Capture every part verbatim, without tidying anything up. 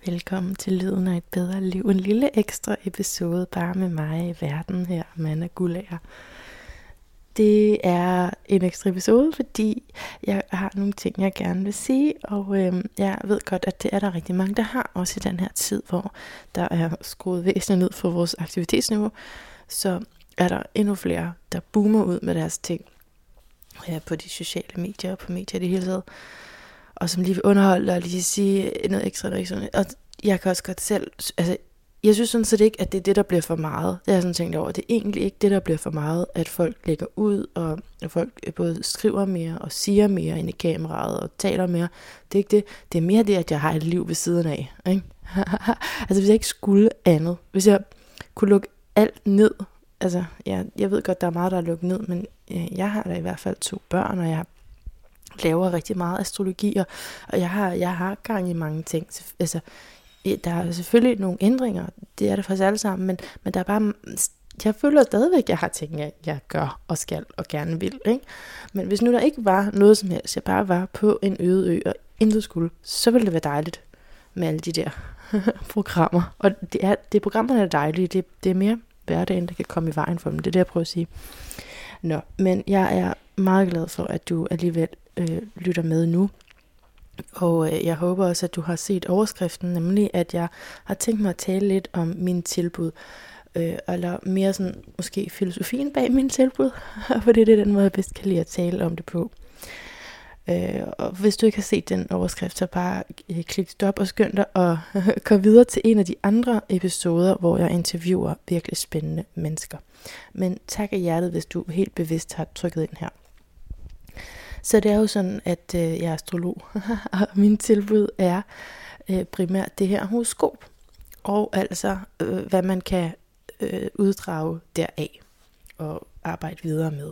Velkommen til Lyden af et bedre liv. En lille ekstra episode bare med mig i verden her, Amanda Guldager. Det er en ekstra episode, fordi jeg har nogle ting, jeg gerne vil sige, og øh, jeg ved godt, at det er der rigtig mange, der har, også i den her tid, hvor der er skruet væsentligt ned for vores aktivitetsniveau, så er der endnu flere, der boomer ud med deres ting ja, på de sociale medier og på medier i det hele taget, og som lige vil underholde og lige sige noget ekstra, noget ekstra. Og jeg kan også godt selv, altså jeg synes sådan set ikke, at det er det, der bliver for meget. Det har jeg sådan tænkt over. Det er egentlig ikke det, der bliver for meget, at folk lægger ud, og at folk både skriver mere og siger mere ind i kameraet og taler mere. Det er ikke det. Det er mere det, at jeg har et liv ved siden af. Ikke? Altså hvis jeg ikke skulle andet. Hvis jeg kunne lukke alt ned. Altså ja, jeg ved godt, der er meget, der er lukket ned, men jeg har da i hvert fald to børn, og jeg laver rigtig meget astrologi, og, og jeg, har, jeg har gang i mange ting. Altså der er selvfølgelig nogle ændringer, det er der faktisk alle sammen, men, men der er bare, jeg føler stadigvæk, at jeg har ting, jeg, jeg gør og skal og gerne vil, ikke? Men hvis nu der ikke var noget som helst, jeg bare var på en øde ø og intet skulle, så ville det være dejligt med alle de der programmer. Og det er, det programmerne er dejlige, det, det er mere hverdagen, der kan komme i vejen for dem, det er det, jeg prøver at sige. Nå, men jeg er meget glad for, at du alligevel øh, lytter med nu. Og øh, jeg håber også, at du har set overskriften, nemlig at jeg har tænkt mig at tale lidt om mine tilbud. Øh, eller mere sådan, måske filosofien bag mine tilbud, for det er den måde, jeg bedst kan lide at tale om det på. Øh, og hvis du ikke har set den overskrift, så bare øh, klik stop og skynd dig og kom videre til en af de andre episoder, hvor jeg interviewer virkelig spændende mennesker. Men tak af hjertet, hvis du helt bevidst har trykket ind her. Så det er jo sådan, at øh, jeg er astrolog, og min tilbud er øh, primært det her horoskop, og altså øh, hvad man kan øh, uddrage deraf og arbejde videre med.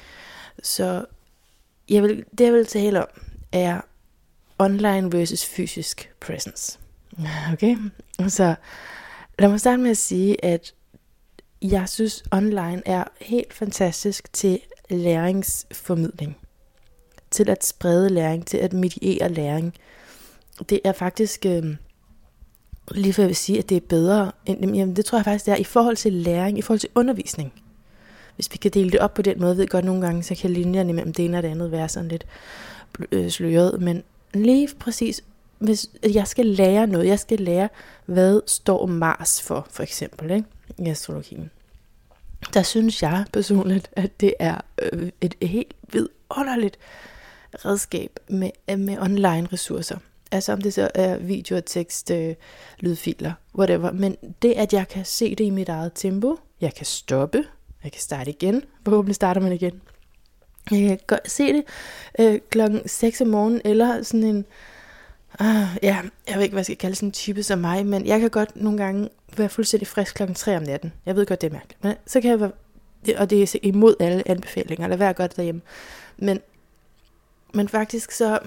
Så jeg vil, det jeg vil tale om er online versus fysisk presence. Okay? Så lad mig starte med at sige, at jeg synes online er helt fantastisk til læringsformidling. Til at sprede læring, til at mediere læring. Det er faktisk, øh, lige for jeg vil sige, at det er bedre, end, jamen det tror jeg faktisk, det er i forhold til læring, i forhold til undervisning. Hvis vi kan dele det op på den måde, ved godt nogle gange, så kan linjerne mellem det ene og det andet være sådan lidt øh, sløret. Men lige præcis, hvis jeg skal lære noget, jeg skal lære, hvad står Mars for, for eksempel, ikke? I astrologien. Der synes jeg personligt, at det er øh, et helt vidunderligt redskab med, med online ressourcer. Altså om det så er video, tekst, øh, lydfiler, whatever. Men det, at jeg kan se det i mit eget tempo, jeg kan stoppe, jeg kan starte igen. Forhåbentlig starter man igen. Jeg kan se det øh, klokken seks om morgenen, eller sådan en, uh, ja, jeg ved ikke, hvad jeg skal kalde sådan en type som mig, men jeg kan godt nogle gange være fuldstændig frisk klokken tre om natten. Jeg ved godt, det er mærkeligt. Men så kan jeg være, og det er imod alle anbefalinger, lad være godt derhjemme. Men Men faktisk så,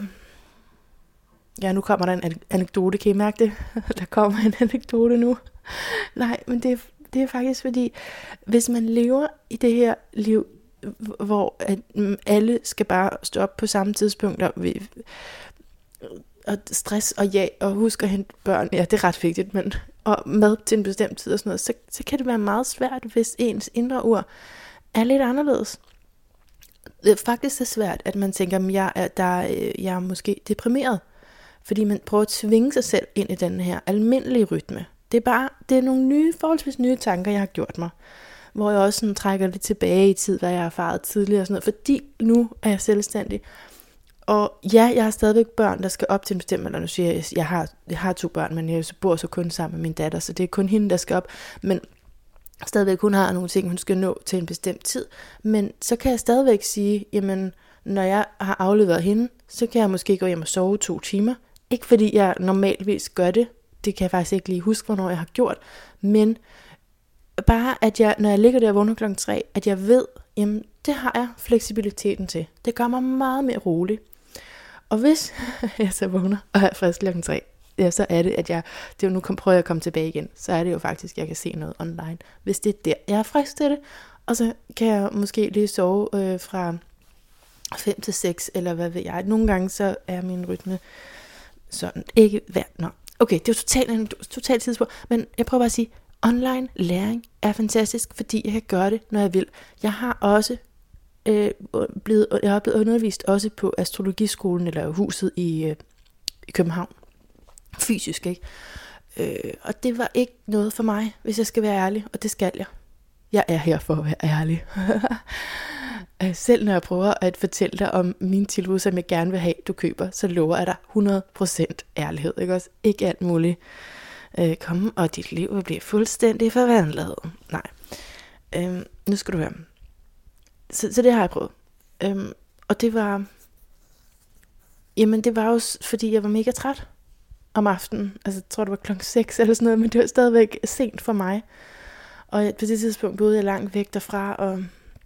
ja, nu kommer der en anekdote, kan I mærke det? Der kommer en anekdote nu. Nej, men det er, det er faktisk fordi, hvis man lever i det her liv, hvor at alle skal bare stå op på samme tidspunkt, og, vi, og stress og ja, og husk at hente børn, ja, det er ret vigtigt, men og mad til en bestemt tid og sådan noget, så, så kan det være meget svært, hvis ens indre ur er lidt anderledes. Det er faktisk så svært, at man tænker, at jeg er, der, jeg er måske deprimeret. Fordi man prøver at tvinge sig selv ind i den her almindelige rytme. Det er bare, det er nogle nye, forholdsvis nye tanker, jeg har gjort mig. Hvor jeg også sådan trækker lidt tilbage i tid, hvad jeg har erfaret tidligere og sådan noget. Fordi nu er jeg selvstændig. Og ja, jeg har stadigvæk børn, der skal op til en bestemt, eller nu siger jeg, jeg har, jeg har to børn, men jeg bor så kun sammen med min datter, så det er kun hende, der skal op. Men stadigvæk, hun har nogle ting, hun skal nå til en bestemt tid, men så kan jeg stadigvæk sige, jamen, når jeg har afleveret hende, så kan jeg måske gå hjem og sove to timer. Ikke fordi jeg normalvis gør det, det kan jeg faktisk ikke lige huske, hvornår jeg har gjort, men bare, at jeg, når jeg ligger der og vågner klokken tre, at jeg ved, jamen, det har jeg fleksibiliteten til. Det gør mig meget mere rolig. Og hvis jeg så vågner og er frisk klokken tre, ja, så er det, at jeg, det er jo nu kom, prøver jeg at komme tilbage igen, så er det jo faktisk, at jeg kan se noget online, hvis det er der, jeg er frisk til det, og så kan jeg måske lige sove øh, fra fem til seks, eller hvad ved jeg. Nogle gange så er min rytme sådan, ikke hver, nå, okay, det er jo totalt en total tidsspur, men jeg prøver bare at sige, online læring er fantastisk, fordi jeg kan gøre det, når jeg vil. Jeg har også øh, blevet, jeg har blevet undervist også på astrologiskolen, eller huset i, øh, i København, fysisk, ikke? Øh, og det var ikke noget for mig, hvis jeg skal være ærlig, og det skal jeg. Jeg er her for at være ærlig. Selv når jeg prøver at fortælle dig om mine tilbud, som jeg gerne vil have, du køber, så lover jeg dig hundrede procent ærlighed. Ikke også? Ikke alt muligt. Øh, komme, og dit liv vil blive fuldstændig forvandlet. Nej. Øhm, nu skal du høre. Så, så det har jeg prøvet. Øhm, og det var... Jamen, det var jo, fordi jeg var mega træt om aftenen. Altså, jeg tror, det var klokken seks eller sådan noget, men det var stadigvæk sent for mig. Og på det tidspunkt boede jeg langt væk derfra, og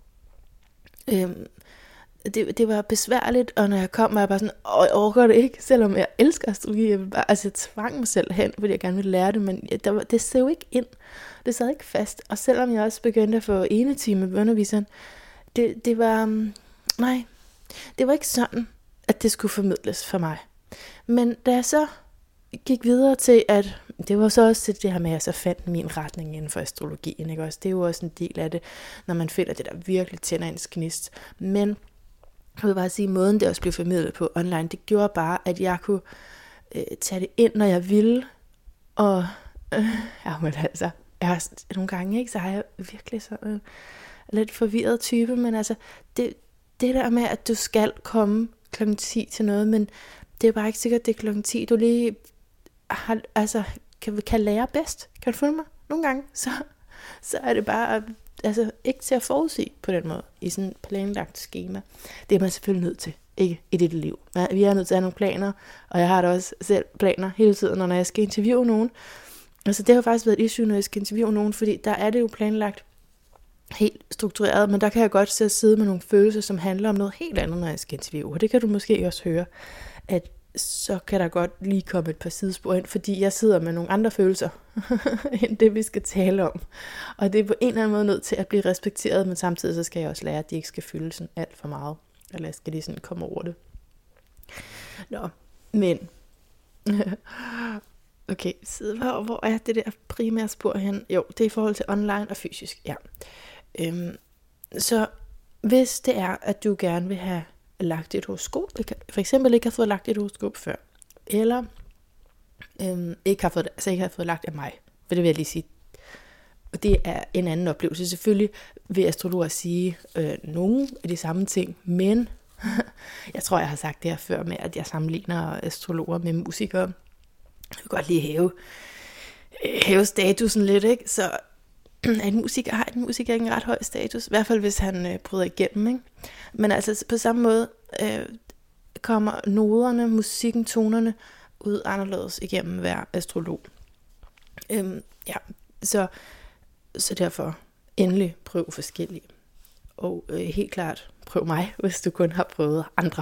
øhm, det, det var besværligt, og når jeg kom, var jeg bare sådan, åh, jeg overgår det ikke, selvom jeg elsker astrologi. Jeg, bare, altså, jeg tvang mig selv hen, fordi jeg gerne ville lære det, men der var, det sad jo ikke ind. Det sad ikke fast. Og selvom jeg også begyndte at få ene time med underviseren, det, det var, um, nej, det var ikke sådan, at det skulle formidles for mig. Men da jeg så gik videre til, at det var så også det her med, at jeg så fandt min retning inden for astrologien, ikke også? Det er jo også en del af det, når man finder det, der virkelig tænder ens gnist. Men jeg vil bare sige, måden det også blev formidlet på online, det gjorde bare, at jeg kunne øh, tage det ind, når jeg ville. Og øh, ja, men altså, jeg har, nogle gange, ikke, så har jeg virkelig sådan en lidt forvirret type, men altså, det, det der med, at du skal komme klokken ti til noget, men det er bare ikke sikkert, det er klokken ti, du lige har, altså, kan, kan lære bedst. Kan du følge mig? Nogle gange, så, så er det bare altså, ikke til at forudsige på den måde, i sådan et planlagt schema. Det er man selvfølgelig nødt til, ikke i dit liv. Vi er nødt til at have nogle planer, og jeg har da også selv planer hele tiden, når jeg skal interviewe nogen. Altså, det har faktisk været et issue, når jeg skal interviewe nogen, fordi der er det jo planlagt helt struktureret, men der kan jeg godt så sidde med nogle følelser, som handler om noget helt andet, når jeg skal interviewe. Og det kan du måske også høre, at så kan der godt lige komme et par sidespor ind, fordi jeg sidder med nogle andre følelser, end det vi skal tale om. Og det er på en eller anden måde nødt til at blive respekteret, men samtidig så skal jeg også lære, at de ikke skal fylde sådan alt for meget. Eller jeg skal lige sådan komme over det. Nå, men... okay, så hvor, hvor er det der primære spor hen? Jo, det er i forhold til online og fysisk, ja. Øhm, så hvis det er, at du gerne vil have lagt et horoskop, for eksempel ikke har fået lagt et horoskop før, eller øhm, ikke, har fået, altså ikke har fået lagt af mig, for det vil jeg lige sige, og det er en anden oplevelse. Selvfølgelig vil astrologer sige øh, nogle af de samme ting, men jeg tror, jeg har sagt det her før med, at jeg sammenligner astrologer med musikere. Jeg vil godt lige hæve, hæve statusen lidt, ikke? Så en musiker har en musiker ikke en ret høj status, i hvert fald hvis han øh, bryder igennem, ikke? Men altså på samme måde øh, kommer noderne, musikken, tonerne ud anderledes igennem hver astrolog. Øhm, ja, så, så derfor endelig prøv forskellige. Og øh, helt klart prøv mig, hvis du kun har prøvet andre.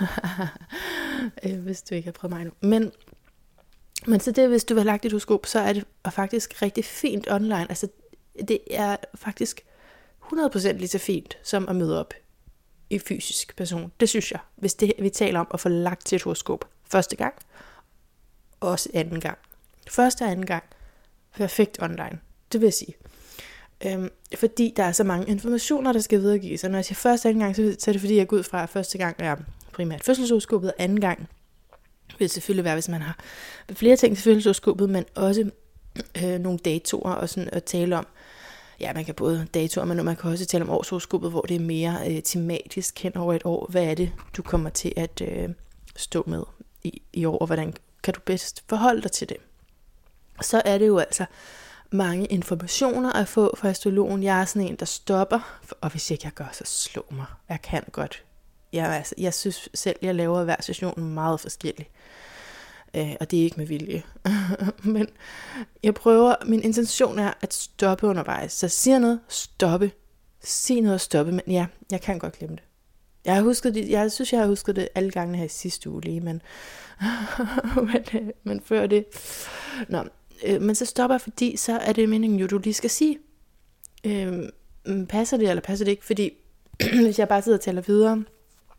øh, hvis du ikke har prøvet mig nu. Men Men så det, hvis du vil have lagt et horoskop, så er det faktisk rigtig fint online. Altså, det er faktisk hundrede procent lige så fint, som at møde op i fysisk person. Det synes jeg, hvis det, vi taler om at få lagt til et horoskop første gang, og også anden gang. Første og anden gang, perfekt online, det vil jeg sige. Øhm, fordi der er så mange informationer, der skal videregives. Og når jeg siger første og anden gang, så er det fordi, jeg går ud fra, at første gang er primært fødselshoroskopet, og anden gang det vil selvfølgelig være, hvis man har flere ting til fødselshoroskopet, men også øh, nogle datoer og sådan at tale om. Ja, man kan både datoer, men man kan også tale om årshoroskopet, hvor det er mere øh, tematisk hen over et år. Hvad er det, du kommer til at øh, stå med i, i år, og hvordan kan du bedst forholde dig til det? Så er det jo altså mange informationer at få fra astrologen. Jeg er sådan en, der stopper, og hvis ikke jeg gør, så slå mig. Jeg kan godt. Jeg, altså, jeg synes selv, jeg laver hver session meget forskellig. Øh, og det er ikke med vilje. Men jeg prøver, min intention er at stoppe undervejs. Så siger noget, stoppe. Sig noget og stoppe. Men ja, jeg kan godt glemme det. Jeg har husket det, jeg synes, jeg har husket det alle gange her i sidste uge lige, men, men, men før det. Nå, øh, men så stopper jeg, fordi så er det meningen jo, du lige skal sige. Øh, passer det, eller passer det ikke? Fordi hvis jeg bare sidder og taler videre,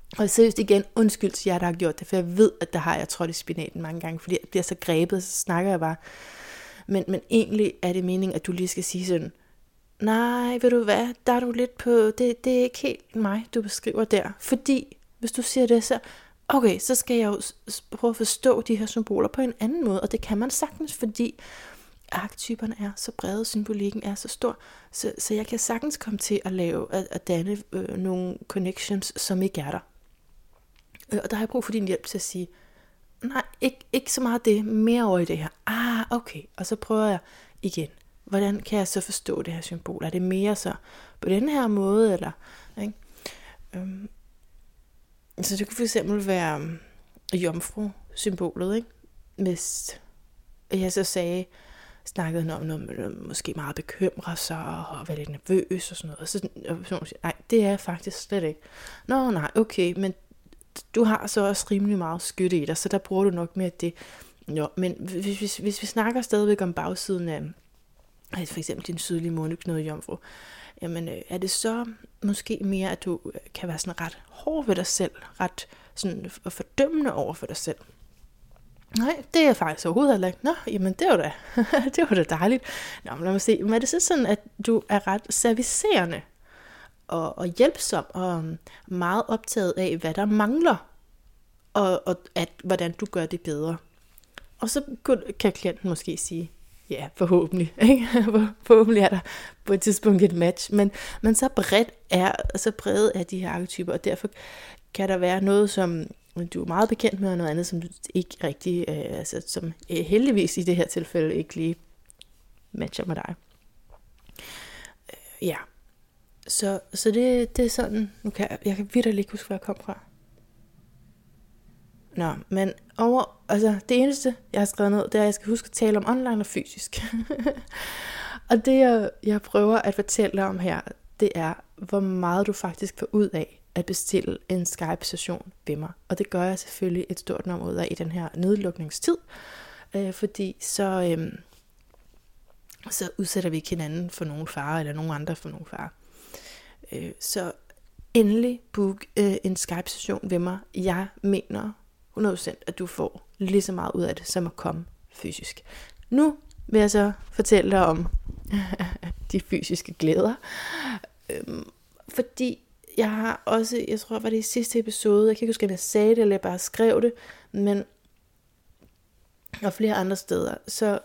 Og seriøst igen, undskyld til jer, der har gjort det, for jeg ved, at der har jeg trådt i spinaten mange gange, fordi jeg bliver så grebet, så snakker jeg bare. Men, men egentlig er det meningen, at du lige skal sige sådan, nej, ved du hvad, der er du lidt på, det, det er ikke helt mig, du beskriver der. Fordi, hvis du siger det, så, okay, så skal jeg jo prøve at forstå de her symboler på en anden måde, og det kan man sagtens, fordi arketyperne er så brede, symbolikken er så stor, så, så jeg kan sagtens komme til at lave, at, at danne øh, nogle connections, som ikke er der. Og der har jeg brug for din hjælp til at sige, nej, ikke, ikke så meget det, mere over i det her. Ah, okay, og så prøver jeg igen. Hvordan kan jeg så forstå det her symbol? Er det mere så på den her måde, eller, ikke? Øhm, så det kunne for eksempel være um, jomfru-symbolet, ikke? Hvis jeg så sagde, snakkede om noget, noget måske meget bekymrer sig, og være lidt nervøs og sådan noget, og så og personen siger, nej, det er jeg faktisk slet ikke. Nå, nej, okay, men du har så også rimelig meget skytte i dig, så der bruger du nok mere det. Jo, men hvis, hvis, hvis vi snakker stadigvæk om bagsiden af for eksempel din sydlige måneknude jomfru, jamen er det så måske mere, at du kan være sådan ret hård ved dig selv, ret sådan fordømmende over for dig selv? Nej, det er jeg faktisk overhovedet heller ikke. Nå, jamen det var da, det var da dejligt. Nå, men lad mig se, men er det så sådan, at du er ret servicerende og, og hjælpsom og meget optaget af, hvad der mangler, og, og at, hvordan du gør det bedre? Og så kan klienten måske sige, ja, forhåbentlig, ikke? Forhåbentlig er der på et tidspunkt et match, men, men så bredt er, så brede er de her arketyper, og derfor kan der være noget, som du er meget bekendt med, og noget andet, som du ikke rigtig, øh, altså som øh, heldigvis i det her tilfælde ikke lige matcher med dig. Øh, ja, så, så det, det er sådan, nu kan jeg, jeg kan virkelig ikke huske, hvor jeg kom fra. Nå, men over, altså det eneste, jeg har skrevet ned, det er, at jeg skal huske at tale om online og fysisk. Og det, jeg, jeg prøver at fortælle om her, det er, hvor meget du faktisk får ud af at bestille en Skype-session ved mig. Og det gør jeg selvfølgelig et stort nummer ud af i den her nedlukningstid, øh, fordi så, øh, så udsætter vi ikke hinanden for nogen fare, eller nogen andre for nogen fare. Øh, så endelig book øh, en Skype-session ved mig. Jeg mener hundrede procent, at du får lige så meget ud af det, som at komme fysisk. Nu vil jeg så fortælle dig om de fysiske glæder. Øhm, fordi jeg har også, jeg tror, var det i sidste episode, jeg kan ikke huske, om jeg sagde det, eller jeg bare skrev det, men og flere andre steder, så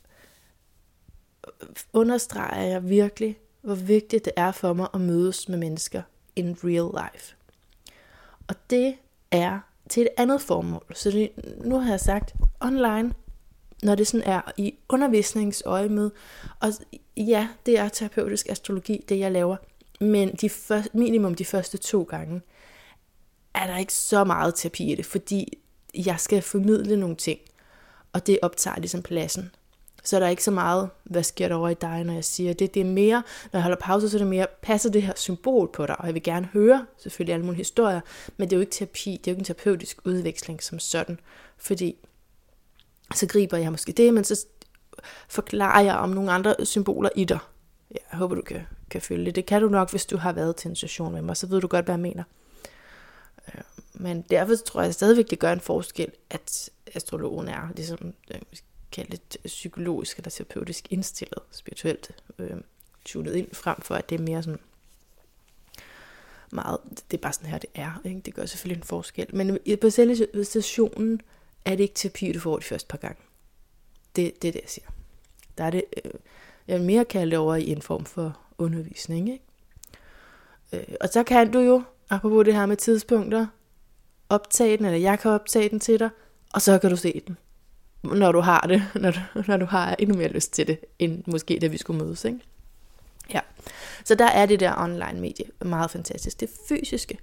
understreger jeg virkelig, hvor vigtigt det er for mig at mødes med mennesker in real life. Og det er til et andet formål. Så det, nu har jeg sagt online, når det sådan er i undervisningsøje med, og ja, det er terapeutisk astrologi, det jeg laver, men de første, minimum de første to gange, er der ikke så meget terapi i det, fordi jeg skal formidle nogle ting, og det optager ligesom pladsen. Så er der ikke så meget, hvad sker der over i dig, når jeg siger det. Det er mere, når jeg holder pause, så er det mere, passer det her symbol på dig, og jeg vil gerne høre selvfølgelig alle mulige historier, men det er jo ikke terapi, det er jo ikke en terapeutisk udveksling som sådan, fordi så griber jeg måske det, men så forklarer jeg om nogle andre symboler i dig. Jeg håber, du kan, kan følge det. Det kan du nok, hvis du har været til en session med mig, så ved du godt, hvad jeg mener. Men derfor tror jeg stadigvæk, det gør en forskel, at astrologen er ligesom kaldt lidt psykologisk eller terapeutisk indstillet, spirituelt øh, tunet ind, frem for at det er mere sådan meget, det er bare sådan her, det er. Ikke? Det gør selvfølgelig en forskel. Men på selve stationen er det ikke terapi, du får de første par gange. Det, det er det, jeg siger. Der er det, øh, jeg vil mere kalde det over i en form for undervisning. Ikke? Øh, og så kan du jo, apropos det her med tidspunkter, optage den, eller jeg kan optage den til dig, og så kan du se den, når du har det, når du, når du har endnu mere lyst til det, end måske da vi skulle mødes. Ikke? Ja. Så der er det der online medie meget fantastisk. Det fysiske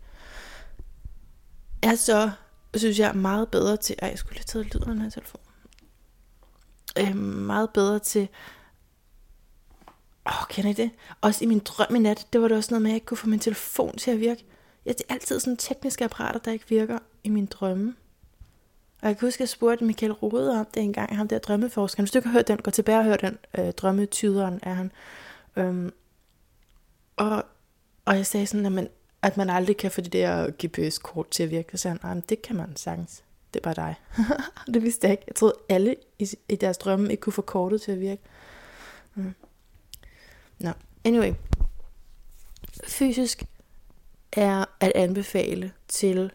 er så, synes jeg, meget bedre til, ej, jeg skulle lige tage lyden af den her telefon, øh, meget bedre til, åh, kender I det? Også i min drøm i nat, det var det også noget med, at jeg ikke kunne få min telefon til at virke. Ja, det er altid sådan tekniske apparater, der ikke virker i min drømme. Og jeg kan huske, at jeg spurgte Michael Rode om det engang, ham der drømmeforskeren. Hvis du ikke har hørt den, gå tilbage og hør den. Øh, drømmetyderen er han. Øhm, og, og jeg sagde sådan, at man, at man aldrig kan få det der G P S-kort til at virke. Så sagde han, ah, det kan man sagtens. Det er bare dig. Det vidste jeg ikke. Jeg troede, alle i, i deres drømme ikke kunne få kortet til at virke. Mm. Nå, anyway. Fysisk er at anbefale til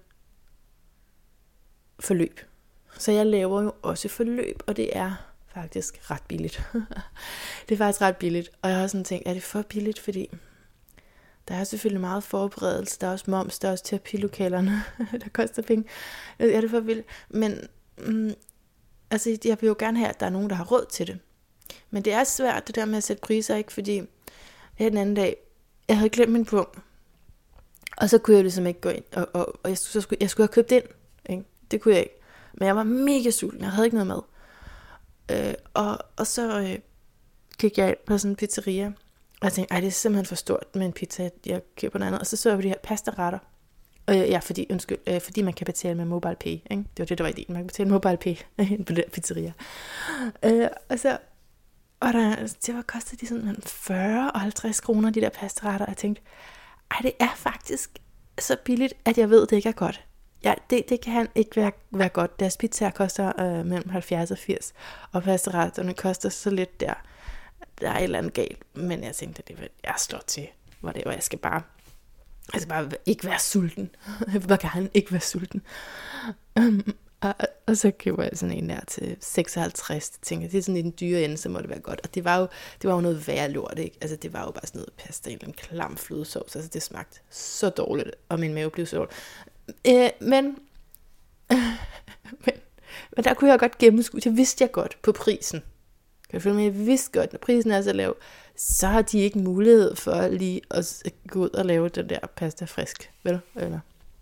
forløb. Så jeg laver jo også forløb, og det er faktisk ret billigt. Det er faktisk ret billigt, og jeg har sådan tænkt, er det for billigt, fordi der er selvfølgelig meget forberedelse, der er også moms, der er også terapilokalerne, der koster penge. Er det for billigt? Men mm, altså, jeg vil jo gerne have, at der er nogen, der har råd til det. Men det er svært, det der med at sætte priser, ikke? Fordi her den anden dag, jeg havde glemt min pung, og så kunne jeg ligesom ikke gå ind, og, og, og jeg, så skulle, jeg skulle have købt ind, ikke? Det kunne jeg ikke. Men jeg var mega sulten, jeg havde ikke noget mad. Øh, og, og så øh, gik jeg ind på sådan en pizzeria, og jeg tænkte, ej, det er simpelthen for stort med en pizza, jeg køber noget andet. Og så så jeg på de her pastaretter. Og ja, fordi, undskyld, øh, fordi man kan betale med MobilePay, ikke? Det var det, der var ideen, man kan betale med MobilePay på den pizzeria. Øh, og så, og der, det var kostet de sådan fyrre og halvtreds kroner, de der pastaretter, og jeg tænkte, ej, det er faktisk så billigt, at jeg ved, det ikke er godt. Ja, det, det kan ikke være, være godt. Deres pizzaer koster øh, mellem halvfjerds og firs, og pastaretterne koster så lidt der. Der er et eller andet galt, men jeg tænkte, det vil jeg slår til, hvor det var, jeg skal bare, altså bare ikke være sulten. Jeg vil bare gerne ikke være sulten. Um, og, og så køber jeg sådan en der til seksoghalvtreds. Jeg tænkte, det er sådan i den dyre ende, så må det være godt. Og det var jo, det var jo noget værre lort, ikke? Altså det var jo bare sådan noget pasta, en eller anden klam flødesovs. Altså det smagte så dårligt, og min mave blev så dårligt. Øh, men, øh, men, men der kunne jeg godt gennemskue, det vidste jeg godt på prisen. Kan du følge mig? Jeg vidste godt, når prisen er så lav, så har de ikke mulighed for lige at gå ud og lave den der pasta frisk, vel? Eller?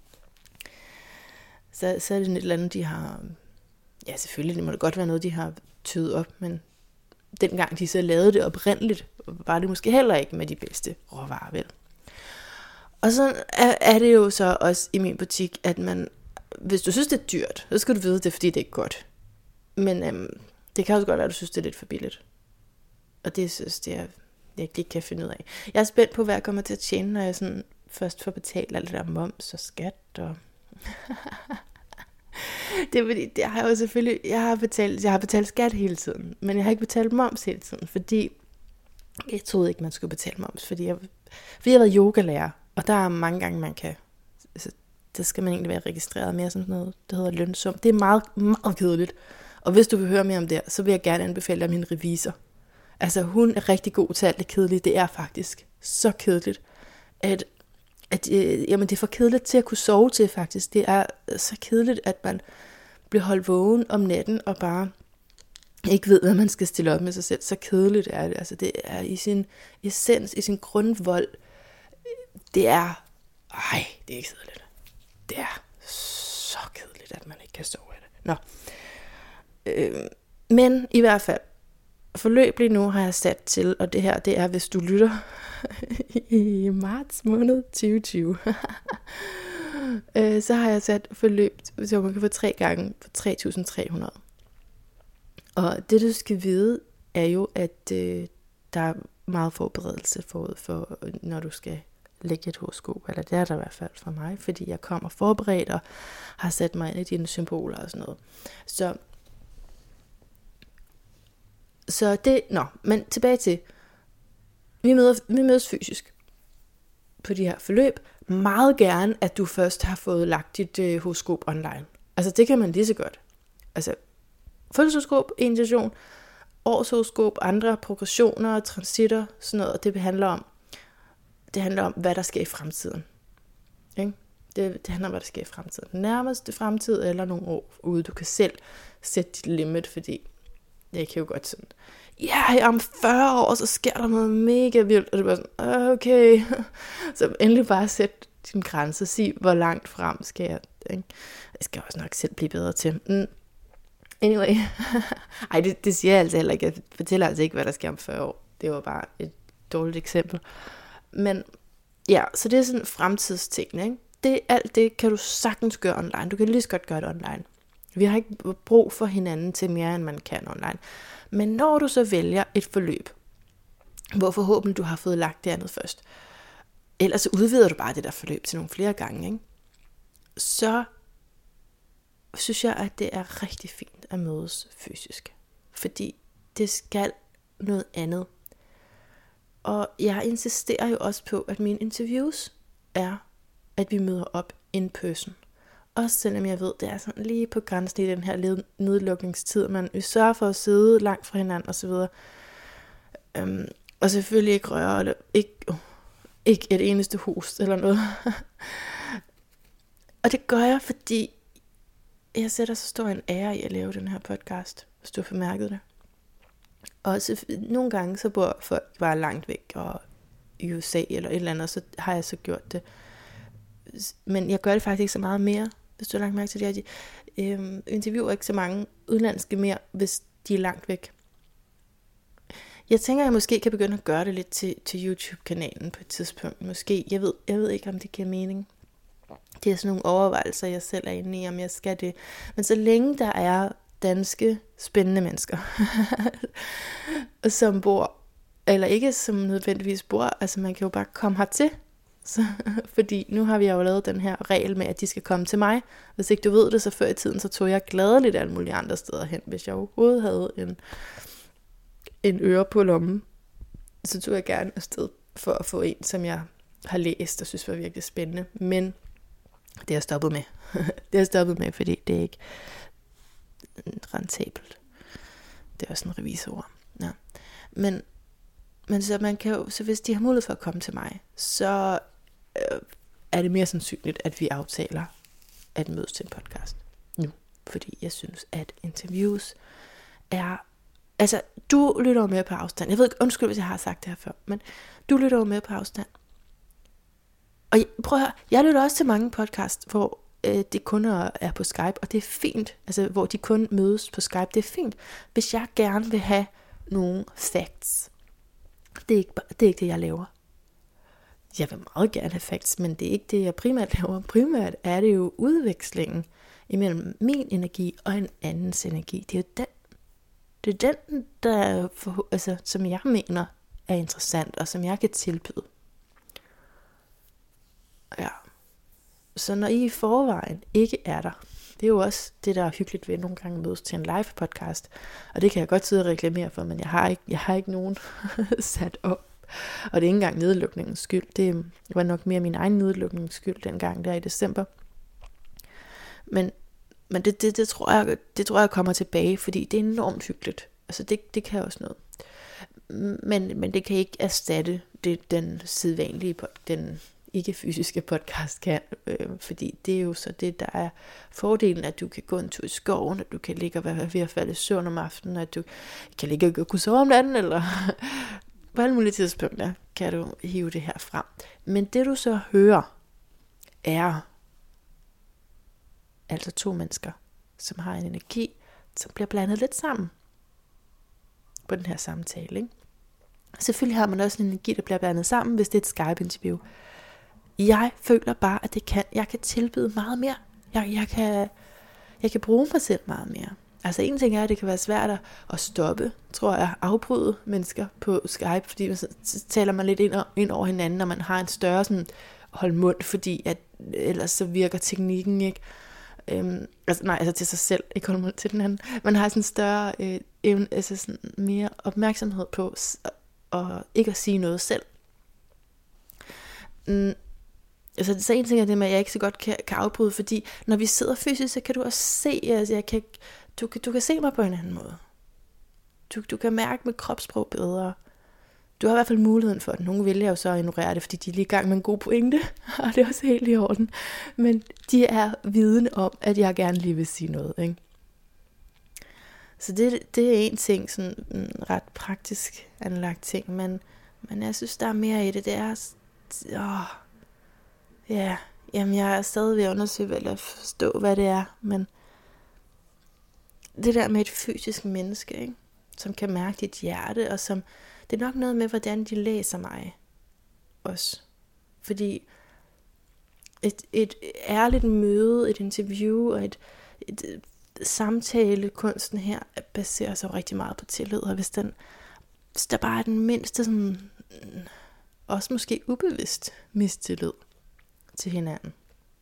Så, så er det sådan et eller andet, de har, ja selvfølgelig, det må da godt være noget, de har tøet op, men dengang de så lavede det oprindeligt, var det måske heller ikke med de bedste råvarer, vel? Og så er, er det jo så også i min butik, at man, hvis du synes, det er dyrt, så skal du vide, det er fordi, det er ikke godt. Men øhm, det kan også godt være, at du synes, det er lidt for billigt. Og det synes det er, jeg ikke kan finde ud af. Jeg er spændt på, hvad jeg kommer til at tjene, når jeg sådan først får betalt alt det der moms og skat. Og det er fordi, det har jeg jo selvfølgelig, jeg har, betalt, jeg har betalt skat hele tiden, men jeg har ikke betalt moms hele tiden, fordi jeg troede ikke, man skulle betale moms, fordi jeg, fordi jeg har været yogalærer. Og der er mange gange, man kan, altså, der skal man egentlig være registreret mere sådan noget, det hedder lønsum. Det er meget, meget kedeligt. Og hvis du vil høre mere om det, så vil jeg gerne anbefale dig min revisor. Altså hun er rigtig god til alt det kedelige. Det er faktisk så kedeligt, at, at øh, jamen, det er for kedeligt til at kunne sove til faktisk. Det er så kedeligt, at man bliver holdt vågen om natten og bare ikke ved, hvad man skal stille op med sig selv. Så kedeligt er det. Altså det er i sin essens, i sin grundvold. Det er, ej, det er ikke kedeligt. Det er så kedeligt, at man ikke kan sove af det. Nå. Øh, men i hvert fald, forløb lige nu har jeg sat til, og det her, det er, hvis du lytter i marts måned tyve tyve. øh, så har jeg sat forløb, så man kan få tre gange for tre tusind tre hundrede. Og det, du skal vide, er jo, at øh, der er meget forberedelse forud for, når du skal lægge et horoskop, eller det er der i hvert fald for mig, fordi jeg kommer forberedt og har sat mig ind i dine symboler og sådan noget. Så, så det, nå, men tilbage til, vi, møder, vi mødes fysisk på de her forløb. Meget gerne, at du først har fået lagt dit øh, horoskop online. Altså det kan man lige så godt. Altså fødselshoroskop, initiation, årshoroskop, andre progressioner, transitter, sådan noget, det handler om, det handler om, hvad der sker i fremtiden. Ikke? Det, det handler om, hvad der sker i fremtiden. Den nærmeste fremtid, eller nogle år ude. Du kan selv sætte dit limit, fordi jeg kan jo godt sådan, ja, yeah, om fyrre år, så sker der noget mega vildt. Og det er bare sådan, okay. Så endelig bare sæt din grænse, sig, hvor langt frem skal jeg. Ikke? Jeg skal også nok selv blive bedre til. Mm. Anyway. Ej, det, det siger jeg altså heller ikke. Jeg fortæller altså ikke, hvad der sker om fyrre år. Det var bare et dårligt eksempel. Men ja, så det er sådan fremtidsting, ikke? Det, alt det kan du sagtens gøre online. Du kan lige så godt gøre det online. Vi har ikke brug for hinanden til mere, end man kan online. Men når du så vælger et forløb, hvor forhåbentlig du har fået lagt det andet først, ellers så udvider du bare det der forløb til nogle flere gange, ikke? Så synes jeg, at det er rigtig fint at mødes fysisk. Fordi det skal noget andet. Og jeg insisterer jo også på, at mine interviews er, at vi møder op in person. Også selvom jeg ved, det er sådan lige på grænsen i den her nedlukningstid. Man vil sørge for at sidde langt fra hinanden osv. Øhm, og selvfølgelig ikke røre, eller ikke, uh, ikke et eneste hus eller noget. Og det gør jeg, fordi jeg sætter så stor en ære i at lave den her podcast, hvis du har bemærket det. Og så, nogle gange så bor folk bare langt væk, og i U S A eller et eller andet, så har jeg så gjort det. Men jeg gør det faktisk ikke så meget mere, hvis du har lagt mærke til det. Jeg øh, interviewer ikke så mange udlandske mere, hvis de er langt væk. Jeg tænker, at jeg måske kan begynde at gøre det lidt til, til YouTube-kanalen på et tidspunkt. Måske. Jeg ved, jeg ved ikke, om det giver mening. Det er sådan nogle overvejelser, jeg selv er inde i, om jeg skal det. Men så længe der er danske, spændende mennesker, som bor, eller ikke som nødvendigvis bor, altså man kan jo bare komme hertil. Så, fordi nu har vi jo lavet den her regel med, at de skal komme til mig. Hvis ikke du ved det, så før i tiden, så tog jeg gladeligt alle mulige andre steder hen. Hvis jeg overhovedet havde en, en øre på lommen, så tog jeg gerne afsted for at få en, som jeg har læst og synes var virkelig spændende. Men det har jeg stoppet med. det har jeg stoppet med, fordi det er ikke rentabelt. Det er også en revisor. Ja. Men, men så man kan jo, så hvis de har mulighed for at komme til mig, så øh, er det mere sandsynligt, at vi aftaler at mødes til en podcast nu. Fordi jeg synes, at interviews er, altså du lytter jo med på afstand. Jeg ved ikke, undskyld hvis jeg har sagt det her før, men du lytter jo med på afstand. Og jeg, prøv at høre, jeg lytter også til mange podcasts, hvor øh, det kun er på Skype, og det er fint, altså hvor de kun mødes på Skype, det er fint. Hvis jeg gerne vil have nogle facts, det er ikke, det er ikke det, jeg laver. Jeg vil meget gerne have facts, men det er ikke det, jeg primært laver. Primært er det jo udvekslingen imellem min energi og en andens energi. Det er jo den, det er den der, for, altså, som jeg mener er interessant, og som jeg kan tilbyde. Ja. Så når I i forvejen ikke er der, det er jo også det, der er hyggeligt ved nogle gange mødes til en live podcast, og det kan jeg godt sidde og reklamere for, men jeg har ikke, jeg har ikke nogen sat op. Og det er ikke engang nedlukningens skyld. Det var nok mere min egen nedlukningens skyld dengang der i december. Men, men det, det, det, tror jeg, det tror jeg kommer tilbage, fordi det er enormt hyggeligt. Altså det, det kan også noget. Men, men det kan ikke erstatte det, den sædvanlige, den ikke fysiske podcast kan. Øh, fordi det er jo så det, der er fordelen, at du kan gå en tur i skoven, at du kan ligge og være ved at falde i søvn om aftenen, at du kan ligge og kunne sove om natten, eller på alle mulige tidspunkter kan du hive det her frem. Men det du så hører, er altså to mennesker, som har en energi, som bliver blandet lidt sammen på den her samtale. Ikke? Selvfølgelig har man også en energi, der bliver blandet sammen, hvis det er et Skype-interview. Jeg føler bare, at det kan, jeg kan tilbyde meget mere. Jeg, jeg, kan, jeg kan bruge mig selv meget mere. Altså en ting er, at det kan være svært at stoppe, tror jeg, afbryde mennesker på Skype, fordi så taler man lidt ind, ind over hinanden, når man har en større sådan, hold mund, fordi at, ellers så virker teknikken ikke. Øhm, altså, nej, altså til sig selv, ikke holde mund til den anden. Man har sådan en større, øh, evne, altså sådan mere opmærksomhed på og ikke at sige noget selv. Mm. Altså, så en ting er det med, at jeg ikke så godt kan, kan afbryde, fordi når vi sidder fysisk, så kan du også se, altså jeg kan, du, du kan se mig på en anden måde. Du, du kan mærke mit kropssprog bedre. Du har i hvert fald muligheden for det. Nogle vælger jo så at ignorere det, fordi de er lige i gang med en god pointe, og det er også helt i orden. Men de er vidne om, at jeg gerne lige vil sige noget, ikke? Så det, det er en ting, sådan en ret praktisk anlagt ting, men, men jeg synes, der er mere i det. Det er, åh, ja, jamen jeg er stadig ved at undersøge, eller forstå, hvad det er, men det der med et fysisk menneske, ikke? Som kan mærke dit hjerte, og som, det er nok noget med, hvordan de læser mig også. Fordi et, et ærligt møde, et interview og et, et, et samtale, kunsten her, baserer sig rigtig meget på tillid, og hvis, den, hvis der bare er den mindste sådan, også måske ubevidst mistillid til hinanden.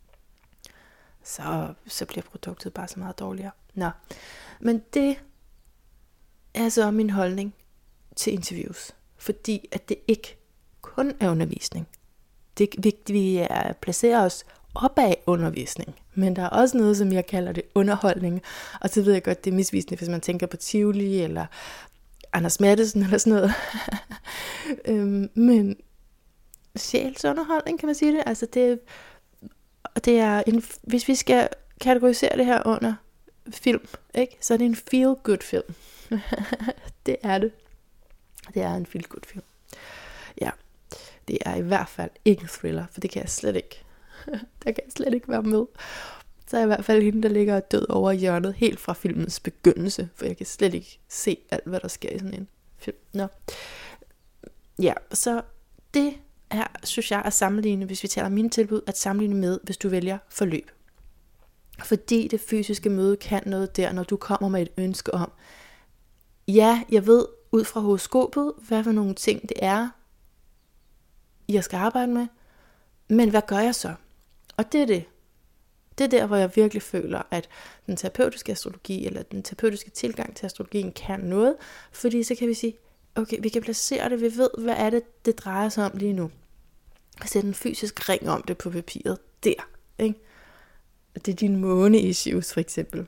Så, så bliver produktet bare så meget dårligere. Nå, men det er så min holdning til interviews. Fordi at det ikke kun er undervisning. Det, vi, vi er, placerer os op af undervisning. Men der er også noget, som jeg kalder det underholdning. Og så ved jeg godt, det er misvisende, hvis man tænker på Tivoli eller Anders Matthesen eller sådan noget. øhm, men sjælsunderholdning, kan man sige det. Altså det, det er en, hvis vi skal kategorisere det her under film, ikke? Så er det en feel-good film. Det er det. Det er en feel-good film. Ja, det er i hvert fald ikke en thriller, for det kan jeg slet ikke. Der kan jeg slet ikke være med. Så er i hvert fald hende, der ligger død over hjørnet, helt fra filmens begyndelse, for jeg kan slet ikke se alt, hvad der sker i sådan en film. Nå. Ja, så det er, synes jeg, at sammenligne, hvis vi taler mine tilbud, at sammenligne med, hvis du vælger forløb. Fordi det fysiske møde kan noget der, når du kommer med et ønske om, ja, jeg ved ud fra horoskopet, hvad for nogle ting det er, jeg skal arbejde med, men hvad gør jeg så? Og det er det. Det er der, hvor jeg virkelig føler, at den terapeutiske astrologi, eller den terapeutiske tilgang til astrologien kan noget, fordi så kan vi sige, okay, vi kan placere det, vi ved, hvad er det, det drejer sig om lige nu. Sæt en fysisk ring om det på papiret, der, ikke? Det er dine måne-issues, for eksempel.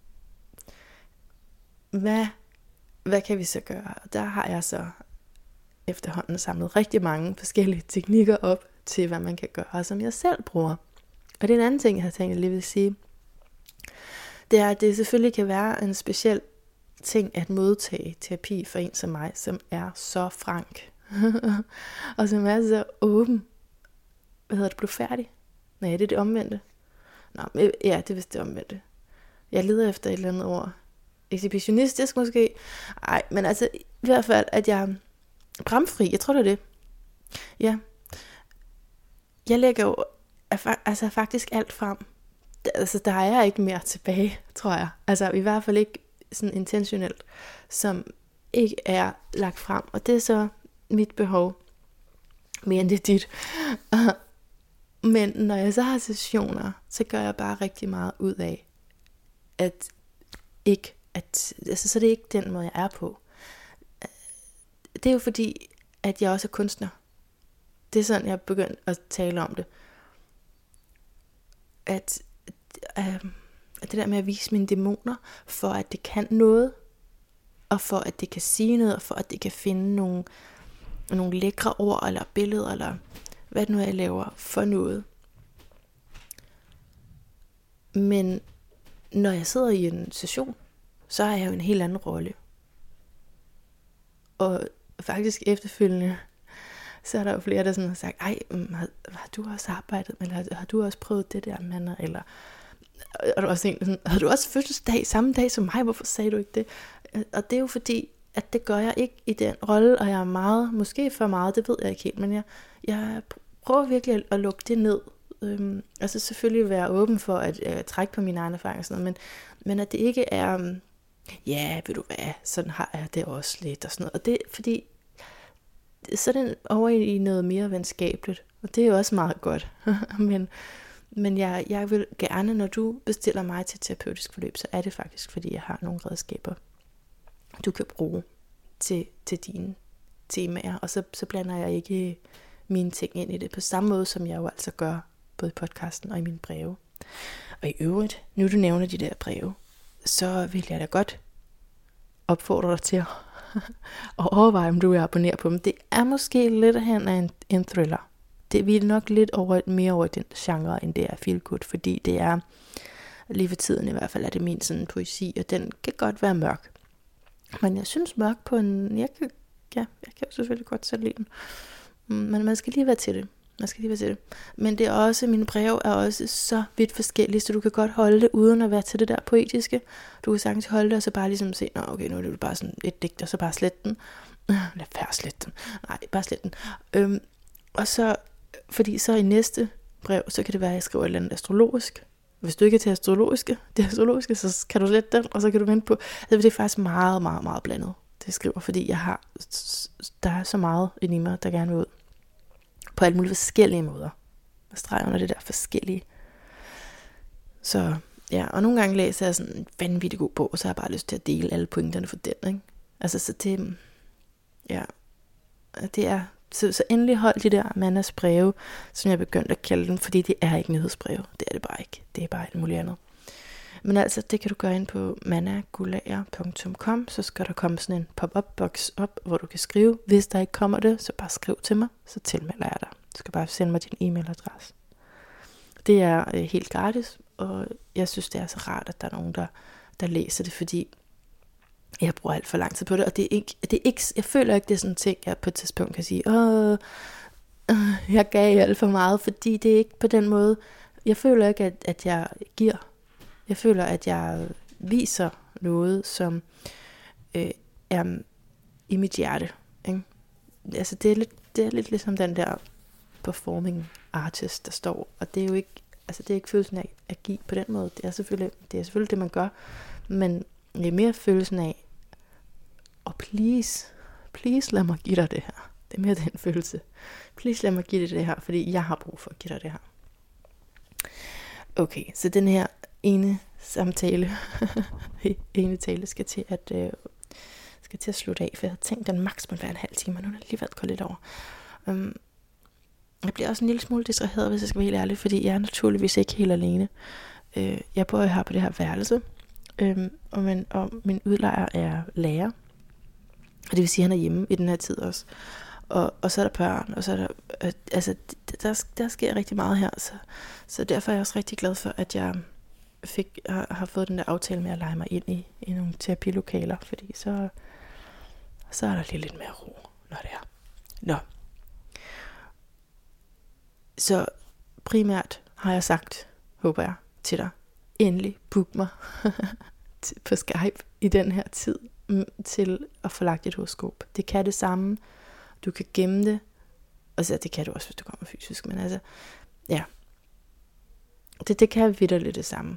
Hvad, hvad kan vi så gøre? Og der har jeg så efterhånden samlet rigtig mange forskellige teknikker op til, hvad man kan gøre, som jeg selv bruger. Og det er en anden ting, jeg har tænkt, jeg lige vil sige. Det er, at det selvfølgelig kan være en speciel ting at modtage terapi for en som mig, som er så frank. Og som er så åben. Hvad hedder det? Blev færdig? Nej, det er det omvendte. Nå, ja, det er vist det omvendte. Jeg leder efter et eller andet ord. Exhibitionistisk måske. Ej, men altså i hvert fald, at jeg er bramfri. Jeg tror, det er det. Ja. Jeg lægger jo altså faktisk alt frem. Altså, der er ikke mere tilbage, tror jeg. Altså, i hvert fald ikke sådan intentionelt, som ikke er lagt frem. Og det er så mit behov, mere end det er dit. Men når jeg så har sessioner, så gør jeg bare rigtig meget ud af, at ikke, at, altså, så det er ikke den måde, jeg er på. Det er jo fordi, at jeg også er kunstner. Det er sådan, jeg er begyndt at tale om det. At, øh, at det der med at vise mine dæmoner, for at det kan noget, og for at det kan sige noget, og for at det kan finde nogle, nogle lækre ord, eller billeder, eller hvad det nu er, jeg laver for noget. Men når jeg sidder i en session, så har jeg jo en helt anden rolle. Og faktisk efterfølgende, så er der jo flere, der sådan har sagt, ej, har, har du også arbejdet, eller har, har du også prøvet det der, Manna, eller og der var også en, sådan, har du også fødselsdag samme dag som mig, hvorfor sagde du ikke det? Og det er jo fordi, at det gør jeg ikke i den rolle, og jeg er meget, måske for meget, det ved jeg ikke helt, men jeg, jeg prøver virkelig at, at lukke det ned. Øhm, altså selvfølgelig være åben for at øh, trække på mine egne erfaringer og sådan noget, men, men at det ikke er, um, ja, ved du hvad, sådan har jeg det også lidt, og sådan noget. Og det er fordi, så er det over i noget mere venskabeligt, og det er jo også meget godt. men men jeg, jeg vil gerne, når du bestiller mig til et terapeutisk forløb, så er det faktisk, fordi jeg har nogle redskaber, du kan bruge til, til dine temaer, og så, så blander jeg ikke mine ting ind i det, på samme måde, som jeg jo altså gør, både i podcasten og i mine breve. Og i øvrigt, nu du nævner de der breve, så vil jeg da godt opfordre dig til at og overveje, om du vil abonnere på dem. Det er måske lidt hen af en, en thriller. Det vi er nok lidt over, mere over den genre, end det er feel good, fordi det er, lige for tiden i hvert fald, er det min sådan poesi, og den kan godt være mørk. Men jeg synes mørk på en, jeg kan, ja, jeg kan selvfølgelig godt selv lide den. Men man skal lige være til det. Man skal lige være til det. Men det er også, mine breve er også så vidt forskellige, så du kan godt holde det, uden at være til det der poetiske. Du kan sagtens holde det, og så bare ligesom se, nå okay, nu er det bare sådan et digt, og så bare slet den. Lad være slet den. Nej, bare slet den. Øhm, og så, fordi så i næste brev, så kan det være, at jeg skriver et eller andet astrologisk. Hvis du ikke er til astrologiske, det astrologiske, så kan du slette den, og så kan du vente på. Altså, det er faktisk meget, meget, meget blandet, det jeg skriver, fordi jeg har, der er så meget i mig, der gerne vil ud. på alle mulige forskellige måder. Jeg streger under det der forskellige. Så ja, og nogle gange læser jeg sådan en vanvittig god bog, og så har jeg bare lyst til at dele alle pointerne for den, ikke? Altså, så det, ja, det er, så, så endelig hold de der Mannas breve, som jeg begyndte at kalde dem, fordi det er ikke nyhedsbreve. Det er det bare ikke. Det er bare alt muligt andet. Men altså, det kan du gøre ind på mannagulager punktum com, så skal der komme sådan en pop-up-boks op, hvor du kan skrive. Hvis der ikke kommer det, så bare skriv til mig, så tilmelder jeg dig. Du skal bare sende mig din e-mailadresse. Det er øh, helt gratis, og jeg synes, det er så rart, at der er nogen, der, der læser det, fordi jeg bruger alt for lang tid på det, og det er ikke, det er ikke, jeg føler ikke, det er sådan en ting, jeg på et tidspunkt kan sige, åh, øh, jeg gav alt for meget, fordi det er ikke på den måde. Jeg føler ikke, at, at jeg giver. Jeg føler, at jeg viser noget, som øh, er i mit hjerte. Ikke? Altså, det er, lidt, det er lidt ligesom den der performing artist, der står, og det er jo ikke, altså det er ikke følelsen af at give på den måde. Det er selvfølgelig det, er selvfølgelig det man gør, men det er mere følelsen af, og please, please lad mig give dig det her. Det er mere den følelse. Please lad mig give dig det her, fordi jeg har brug for at give dig det her. Okay, så den her ene samtale, ene tale skal til at øh, skal til at slutte af, for jeg havde tænkt, at den maks måtte være en halv time, og nu er den alligevel gået lidt over. Um, jeg bliver også en lille smule distraheret, hvis jeg skal være helt ærlig, fordi jeg er naturligvis ikke helt alene. Uh, jeg bor her på det her værelse, um, og, min, og min udlejer er lærer, og det vil sige, at han er hjemme i den her tid også. Og, og så er der børn, og så er der, øh, altså, der, der sker rigtig meget her, så, så derfor er jeg også rigtig glad for, at jeg fik, har, har fået den der aftale med at lege mig ind i, i nogle terapilokaler, fordi så, så er der lige lidt mere ro, når det er. Nå. Så primært har jeg sagt, håber jeg, til dig, endelig book mig på Skype i den her tid, til at få lagt et horoskop. Det kan det samme. Du kan gemme det. Og så det kan du også, hvis du kommer fysisk. Men altså, ja. Det, det kan vitterligt det samme.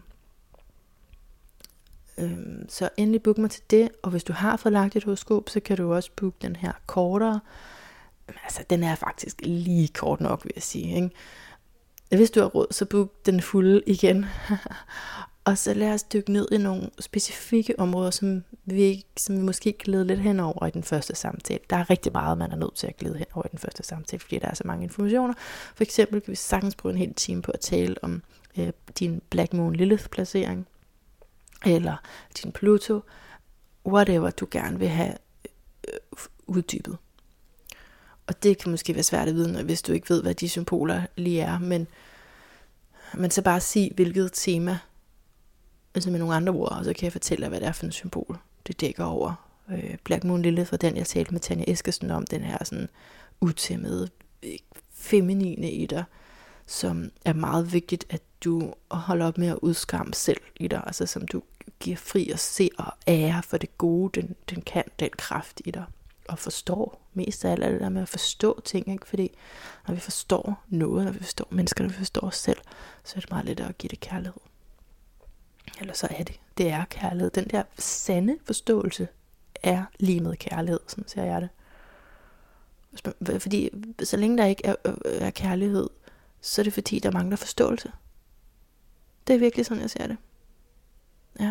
Øhm, så endelig book mig til det. Og hvis du har fået lagt et horoskop, så kan du også booke den her kortere. Altså, den er faktisk lige kort nok, vil jeg sige. Ikke? Hvis du har råd, så book den fulde igen. Og så lad os dykke ned i nogle specifikke områder, som vi, som vi måske glide lidt henover i den første samtale. Der er rigtig meget, man er nødt til at glide henover i den første samtale, fordi der er så mange informationer. For eksempel kan vi sagtens bruge en hel time på at tale om øh, din Black Moon Lilith placering, eller din Pluto, whatever du gerne vil have øh, uddybet. Og det kan måske være svært at vide, hvis du ikke ved, hvad de symboler lige er, men, men så bare sig, hvilket tema, altså med nogle andre ord, og så kan jeg fortælle dig, hvad det er for en symbol, det dækker over. Øh, Black Moon Lilith var den, jeg talte med Tanja Eskesen om, den her sådan utæmmede, feminine i dig, som er meget vigtigt, at du holder op med at udskamme selv i dig, altså som du giver fri og se og ære for det gode, den, den kan, den kraft i dig, og forstår mest af alt det der med at forstå ting, ikke? Fordi når vi forstår noget, når vi forstår mennesker, når vi forstår os selv, så er det meget lettere at give det kærlighed. Eller så er det, det er kærlighed. Den der sande forståelse er lige med kærlighed, sådan ser jeg det. Fordi så længe der ikke er, er kærlighed, så er det fordi, der mangler forståelse. Det er virkelig sådan, jeg ser det. Ja.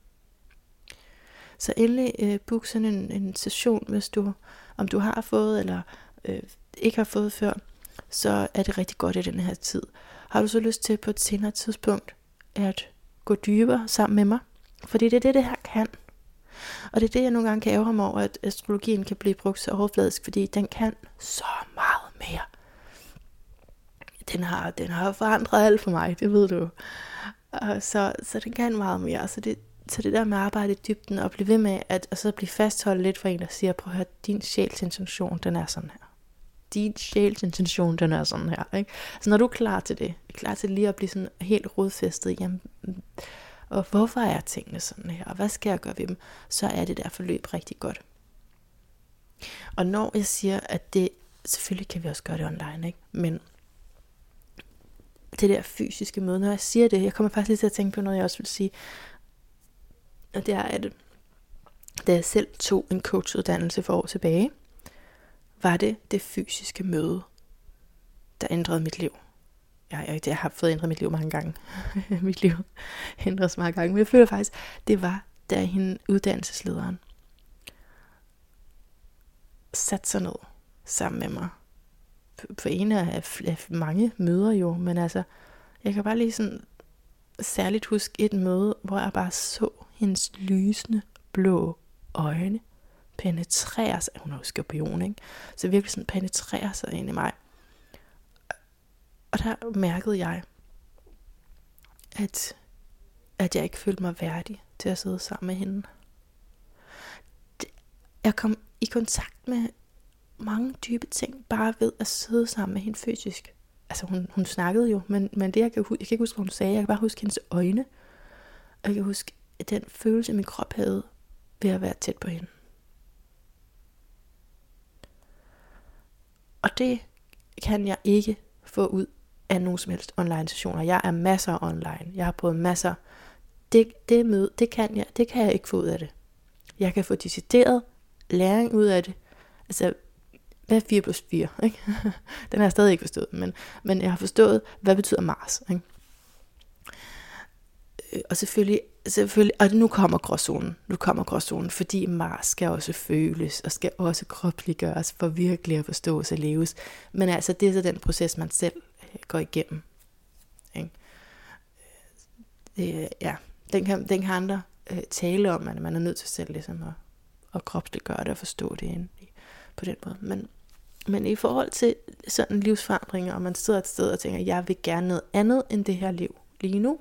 Så endelig øh, book sådan en, en session, hvis du, om du har fået, eller øh, ikke har fået før, så er det rigtig godt i den her tid. Har du så lyst til på et senere tidspunkt, at gå dybere sammen med mig? Fordi det er det, det her kan. Og det er det, jeg nogle gange kan ærge mig over, at astrologien kan blive brugt så overfladisk, fordi den kan så meget mere. Den har, den har forandret alt for mig, det ved du. Og så, så den kan meget mere. Så det, så det der med at arbejde i dybden, og blive ved med, at og så blive fastholdt lidt for en, der siger, prøv at høre, din sjæls intention, den er sådan her. Din sjæls intention, den er sådan her. Ikke? Så når du er klar til det, er klar til lige at blive sådan helt rodfæstet, jamen, og hvorfor er tingene sådan her, og hvad skal jeg gøre ved dem, så er det der forløb rigtig godt. Og når jeg siger, at det, selvfølgelig kan vi også gøre det online, ikke? Men det der fysiske møde, når jeg siger det, jeg kommer faktisk lige til at tænke på noget, jeg også vil sige, og det er, at da jeg selv tog en coachuddannelse for år tilbage, var det det fysiske møde, der ændrede mit liv. Jeg, jeg, jeg har fået ændret mit liv mange gange. mit liv ændres mange gange. Men jeg føler faktisk, det var, da hende uddannelseslederen satte sig ned sammen med mig. På en af, af mange møder jo, men altså, jeg kan bare lige sådan særligt huske et møde, hvor jeg bare så hendes lysende blå øjne penetrere sig. Hun er jo skorpion, ikke? Så virkelig sådan penetrere sig ind i mig. Og der mærkede jeg, at, at jeg ikke følte mig værdig til at sidde sammen med hende. Jeg kom i kontakt med mange dybe ting, bare ved at sidde sammen med hende fysisk. Altså hun, hun snakkede jo, men, men det jeg kan, jeg kan ikke huske, hvad hun sagde. Jeg kan bare huske hendes øjne. Og jeg kan huske den følelse, min krop havde ved at være tæt på hende. Og det kan jeg ikke få ud af nogen som helst online sessioner. Jeg er masser online. Jeg har prøvet masser. Det, det, møde, det, kan jeg, det kan jeg ikke få ud af det. Jeg kan få decideret læring ud af det. Altså, hvad er fire plus fire? Ikke? Den har jeg stadig ikke forstået. Men, men jeg har forstået, hvad betyder Mars. Ikke? Og selvfølgelig, selvfølgelig, og nu kommer gråzonen. Nu kommer gråzonen, fordi Mars skal også føles, og skal også kropsliggøres, for virkelig at forstås og leves. Men altså, det er så den proces, man selv går igennem. Ikke? Det, ja, den kan, den kan andre øh, tale om, at man er nødt til selv ligesom at, at kropsliggøre det og forstå det ind i, på den måde. Men, men i forhold til sådan livsforandringer, og man sidder et sted og tænker, jeg vil gerne noget andet end det her liv lige nu,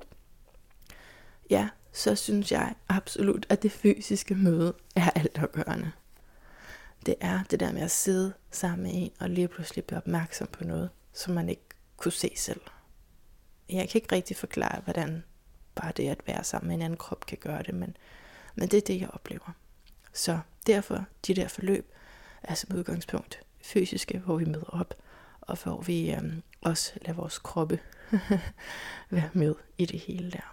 ja, så synes jeg absolut, at det fysiske møde er altafgørende. Det er det der med at sidde sammen med en, og lige pludselig blive opmærksom på noget, som man ikke kunne se selv. Jeg kan ikke rigtig forklare, hvordan bare det at være sammen med en anden krop kan gøre det, men, men det er det, jeg oplever. Så derfor, de der forløb er som udgangspunkt fysiske, hvor vi møder op, og hvor vi øhm, også lader vores kroppe være med i det hele der.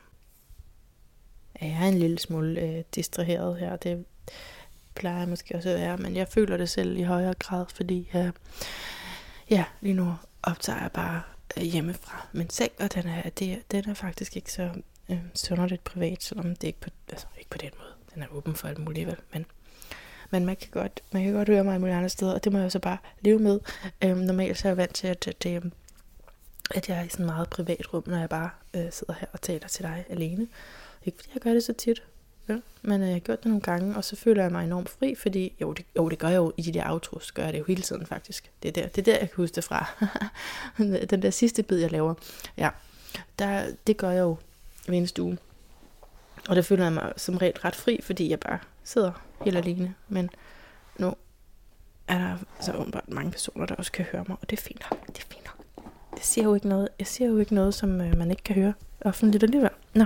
Jeg er en lille smule øh, distraheret her, det plejer jeg måske også at være, men jeg føler det selv i højere grad, fordi øh, ja, lige nu optager jeg bare øh, hjemmefra min seng, og den er, det, den er faktisk ikke så øh, sønderligt privat, selvom det ikke på, altså, ikke på den måde. Den er åben for alt muligt, vel, men, men man, kan godt, man kan godt høre mig i mulige andre steder, og det må jeg så bare leve med. Øh, normalt så er jeg vant til, at, at, at, at jeg er i sådan et meget privat rum, når jeg bare øh, sidder her og taler til dig alene. Ikke fordi jeg gør det så tit, ja. Men jeg har gjort det nogle gange, og så føler jeg mig enormt fri, fordi jo det, jo, det gør jeg jo i de der outros, gør jeg det jo hele tiden faktisk. Det er der, det er der jeg kan huske det fra. Den der sidste bid, jeg laver, ja, der, det gør jeg jo hver eneste uge. Og det føler jeg mig som regel ret fri, fordi jeg bare sidder helt alene. Men nu er der så åbenbart mange personer, der også kan høre mig, og det er fint nok, det er fint nok. Det siger jo ikke noget, jeg siger jo ikke noget, som øh, man ikke kan høre offentligt alligevel. Nå.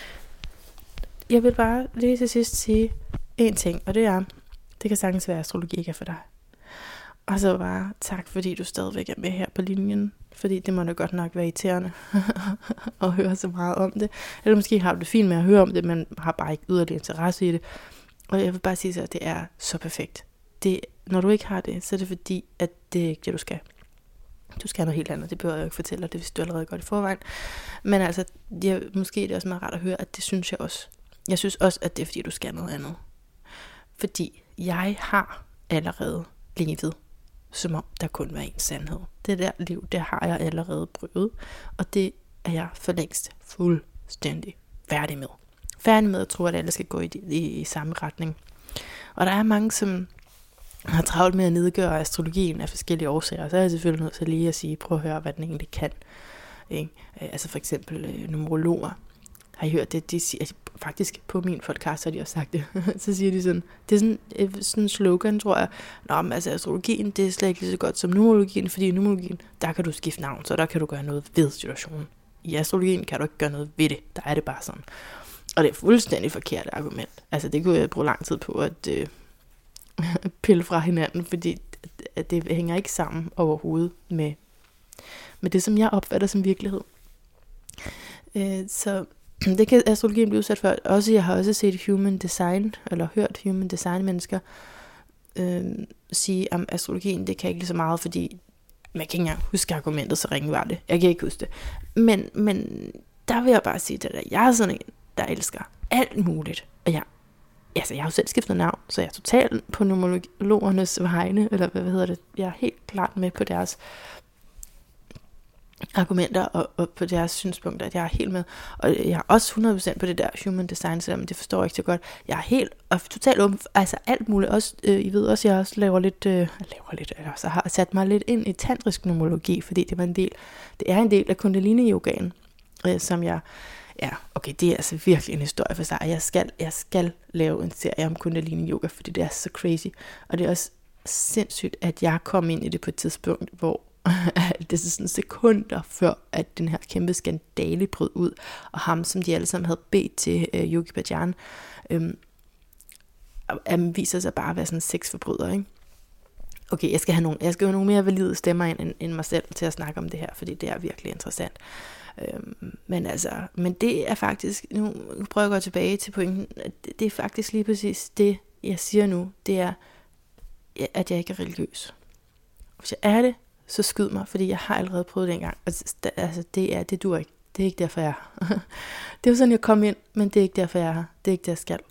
Jeg vil bare lige til sidst sige en ting, og det er, det kan sagtens være, at astrologi ikke er for dig. Og så bare tak, fordi du stadigvæk er med her på linjen, fordi det må da godt nok være irriterende at høre så meget om det. Eller måske har du det fint med at høre om det, men har bare ikke yderligere interesse i det. Og jeg vil bare sige så, at det er så perfekt. Det, når du ikke har det, så er det fordi, at det er ikke det, du skal. Du skal noget helt andet, det behøver jeg jo ikke fortælle dig, det hvis du allerede godt i forvejen. Men altså, jeg, måske er det også meget rart at høre, at det synes jeg også. Jeg synes også, at det er fordi, du skal noget andet. Fordi jeg har allerede levet, som om der kun var en sandhed. Det der liv, det har jeg allerede prøvet. Og det er jeg for længst fuldstændig færdig med. Færdig med at tro, at alle skal gå i, i, i samme retning. Og der er mange, som har travlt med at nedgøre astrologien af forskellige årsager. Så er jeg selvfølgelig nødt til lige at sige, prøv at høre, hvad den egentlig kan. Ikke? Altså for eksempel øh, numerologer. Har I hørt det? De siger, altså faktisk på min podcast har de også sagt det. Så siger de sådan, det er sådan, øh, sådan en slogan, tror jeg. Nå, men altså astrologien, det er slet ikke lige så godt som numerologien, fordi i numerologien, der kan du skifte navn, så der kan du gøre noget ved situationen. I astrologien kan du ikke gøre noget ved det. Der er det bare sådan. Og det er fuldstændig forkert argument. Altså det kunne jeg bruge lang tid på at øh, pille fra hinanden, fordi det, det hænger ikke sammen overhovedet med, med det, som jeg opfatter som virkelighed. Øh, så det kan astrologien blive udsat for. Også jeg har også set human design, eller hørt human design mennesker øh, sige, at astrologien, det kan ikke lige så meget, fordi jeg kan ikke engang huske argumentet, så ringe var det. Jeg kan ikke huske det. Men, men der vil jeg bare sige til dig, jeg er sådan en, der elsker alt muligt. Og jeg, altså jeg har jo selv skiftet navn, så jeg er totalt på numerologernes vegne, eller hvad hedder det, jeg er helt klart med på deres argumenter og, og på deres synspunkter, at jeg er helt med. Og jeg er også hundrede procent på det der human design, selvom det forstår jeg ikke så godt. Jeg er helt og totalt åben, altså alt muligt. Også, øh, I ved også, jeg også laver lidt, øh, laver lidt, eller så har sat mig lidt ind i tantrisk numerologi, fordi det var en del, det er en del af kundalini-yogaen, øh, som jeg, ja, okay, det er altså virkelig en historie for sig. Jeg skal, jeg skal lave en serie om kundalini-yoga, fordi det er så crazy. Og det er også sindssygt, at jeg kom ind i det på et tidspunkt, hvor det er sådan sekunder før, at den her kæmpe skandale brød ud, og ham, som de alle sammen havde bedt til, uh, Yogi Bhajan, øhm, um, viser sig bare at være sådan en sexforbryder, ikke? Okay, jeg skal have nogle, jeg skal have nogle mere valide stemmer ind, end, end mig selv til at snakke om det her, fordi det er virkelig interessant. Øhm, men altså, men det er faktisk, nu, nu prøver jeg at gå tilbage til pointen, at det, det er faktisk lige præcis det, jeg siger nu, det er, at jeg ikke er religiøs. Hvis jeg er det, så skyd mig, fordi jeg har allerede prøvet det engang. Altså, altså det er, det dur ikke. Det er ikke derfor, jeg er her. Det er jo sådan, jeg kom ind, men det er ikke derfor, jeg er her. Det er ikke det, jeg skal.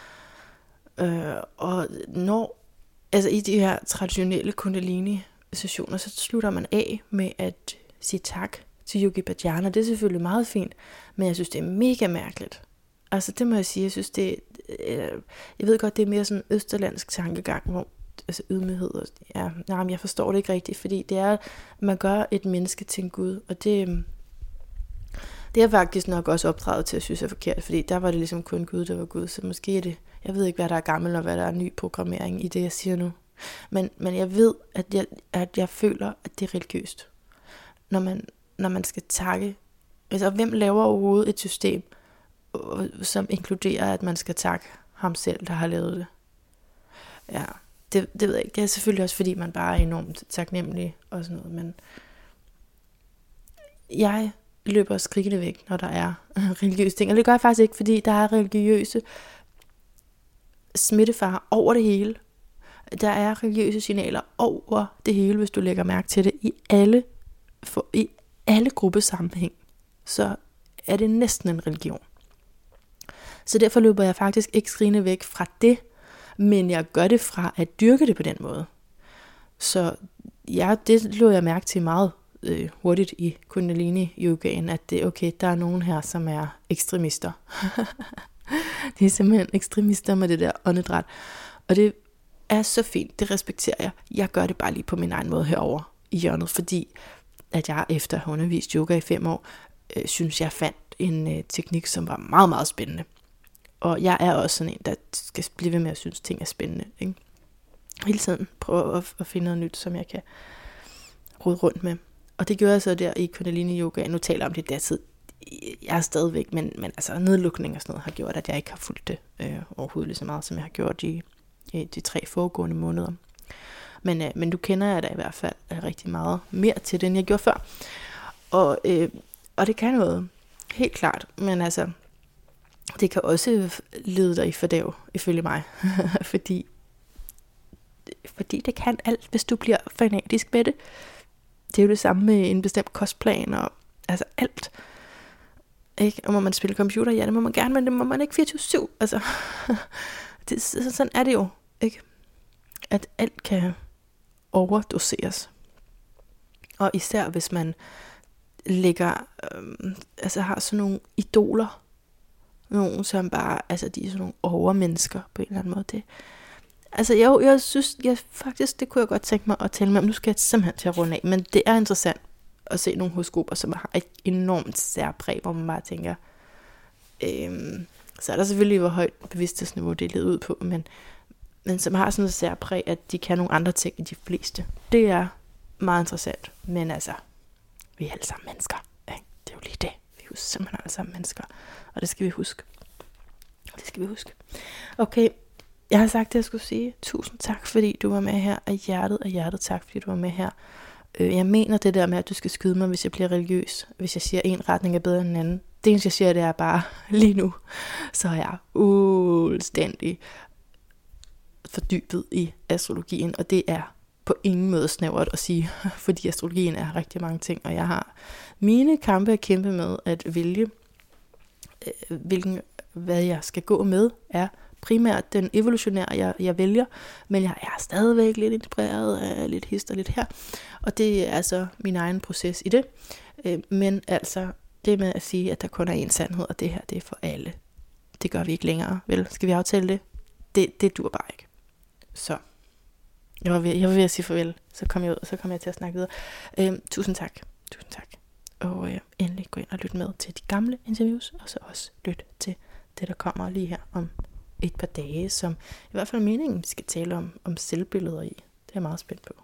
Øh, og når, altså i de her traditionelle kundalini-sessioner, så slutter man af med at sige tak til Yogi Bhajan, og det er selvfølgelig meget fint, men jeg synes, det er mega mærkeligt. Altså det må jeg sige, jeg synes, det øh, jeg ved godt, det er mere sådan en østerlandsk tankegang, hvor altså ydmyghed, og, ja, nej, men jeg forstår det ikke rigtigt, fordi det er, man gør et menneske til en Gud, og det, det er faktisk nok også opdraget til at synes er forkert, fordi der var det ligesom kun Gud, der var Gud, så måske er det, jeg ved ikke, hvad der er gammel, og hvad der er ny programmering i det, jeg siger nu, men, men jeg ved, at jeg, at jeg føler, at det er religiøst, når man, når man skal takke, altså hvem laver overhovedet et system, som inkluderer, at man skal takke ham selv, der har lavet det, ja. Det, det ved jeg ikke. Det er selvfølgelig også, fordi man bare er enormt taknemmelig og sådan noget. Men jeg løber skrigende væk, når der er religiøse ting. Og det gør jeg faktisk ikke, fordi der er religiøse smittefarer over det hele. Der er religiøse signaler over det hele, hvis du lægger mærke til det. I alle, for, i alle gruppesammenhæng, så er det næsten en religion. Så derfor løber jeg faktisk ikke skrigende væk fra det, men jeg gør det fra at dyrke det på den måde. Så ja, det lå jeg mærke til meget øh, hurtigt i Kundalini-yogaen, at det okay, der er nogen her, som er ekstremister. Det er simpelthen ekstremister med det der åndedræt. Og det er så fint, det respekterer jeg. Jeg gør det bare lige på min egen måde herover i hjørnet, fordi at jeg efter at have undervist yoga i fem år, øh, synes jeg fandt en øh, teknik, som var meget, meget spændende. Og jeg er også sådan en, der skal blive ved med at synes, ting er spændende. Ikke? Hele tiden prøve at, at finde noget nyt, som jeg kan rode rundt med. Og det gjorde jeg så der i Kundalini Yoga. Nu taler jeg om det der tid. Jeg er stadigvæk, men, men altså nedlukning og sådan noget har gjort, at jeg ikke har fulgt det øh, overhovedet lige så meget, som jeg har gjort i, i de tre foregående måneder. Men, øh, men du kender jeg da i hvert fald rigtig meget mere til det, end jeg gjorde før. Og, øh, og det kan noget, helt klart. Men altså, det kan også lede dig i fordav, ifølge mig. fordi, fordi det kan alt, hvis du bliver fanatisk med det. Det er jo det samme med en bestemt kostplan og altså alt. Ikke? Og må man spille computer? Ja, det må man gerne, men det må man ikke fireogtyve syv. Altså, det, sådan er det jo. Ikke? At alt kan overdoseres. Og især hvis man ligger, øhm, altså har sådan nogle idoler. Nogle som bare, altså de er sådan nogle overmennesker på en eller anden måde. Det, altså jeg, jeg synes, jeg, faktisk det kunne jeg godt tænke mig at tale med om. Nu skal jeg simpelthen til at runde af, men det er interessant at se nogle horoskoper, som har et enormt særpræg, hvor man bare tænker, øhm, så er der selvfølgelig, hvor højt bevidsthedsniveau det er ledet ud på, men, men som har sådan et særpræg, at de kan nogle andre ting end de fleste. Det er meget interessant, men altså, vi er alle sammen mennesker, ikke? Det er jo lige det. Vi er jo simpelthen alle sammen mennesker, og det skal vi huske. Det skal vi huske. Okay, jeg har sagt det, jeg skulle sige. Tusind tak, fordi du var med her, og hjertet og hjertet tak, fordi du var med her. Jeg mener det der med, at du skal skyde mig, hvis jeg bliver religiøs. Hvis jeg siger, at en retning er bedre end en anden. Det eneste, jeg siger, det er bare lige nu. Så er jeg fuldstændig fordybet i astrologien. Og det er på ingen måde snævert at sige, fordi astrologien er rigtig mange ting, og jeg har mine kampe at kæmpe med at vælge, øh, hvilken, hvad jeg skal gå med, er primært den evolutionære, jeg, jeg vælger, men jeg er stadigvæk lidt inspireret af lidt hist og lidt her, og det er altså min egen proces i det, øh, men altså det med at sige, at der kun er én sandhed, og det her, det er for alle. Det gør vi ikke længere, vel? Skal vi aftale det? Det, det dur bare ikke. Så, jeg var ved, jeg var ved at sige farvel, så kom jeg ud, og så kom jeg til at snakke videre. Øhm, tusind tak. Tusind tak. Og øh, endelig gå ind og lytte med til de gamle interviews, og så også lytte til det, der kommer lige her om et par dage, som i hvert fald er meningen, vi skal tale om, om selvbilleder i. Det er jeg meget spændt på.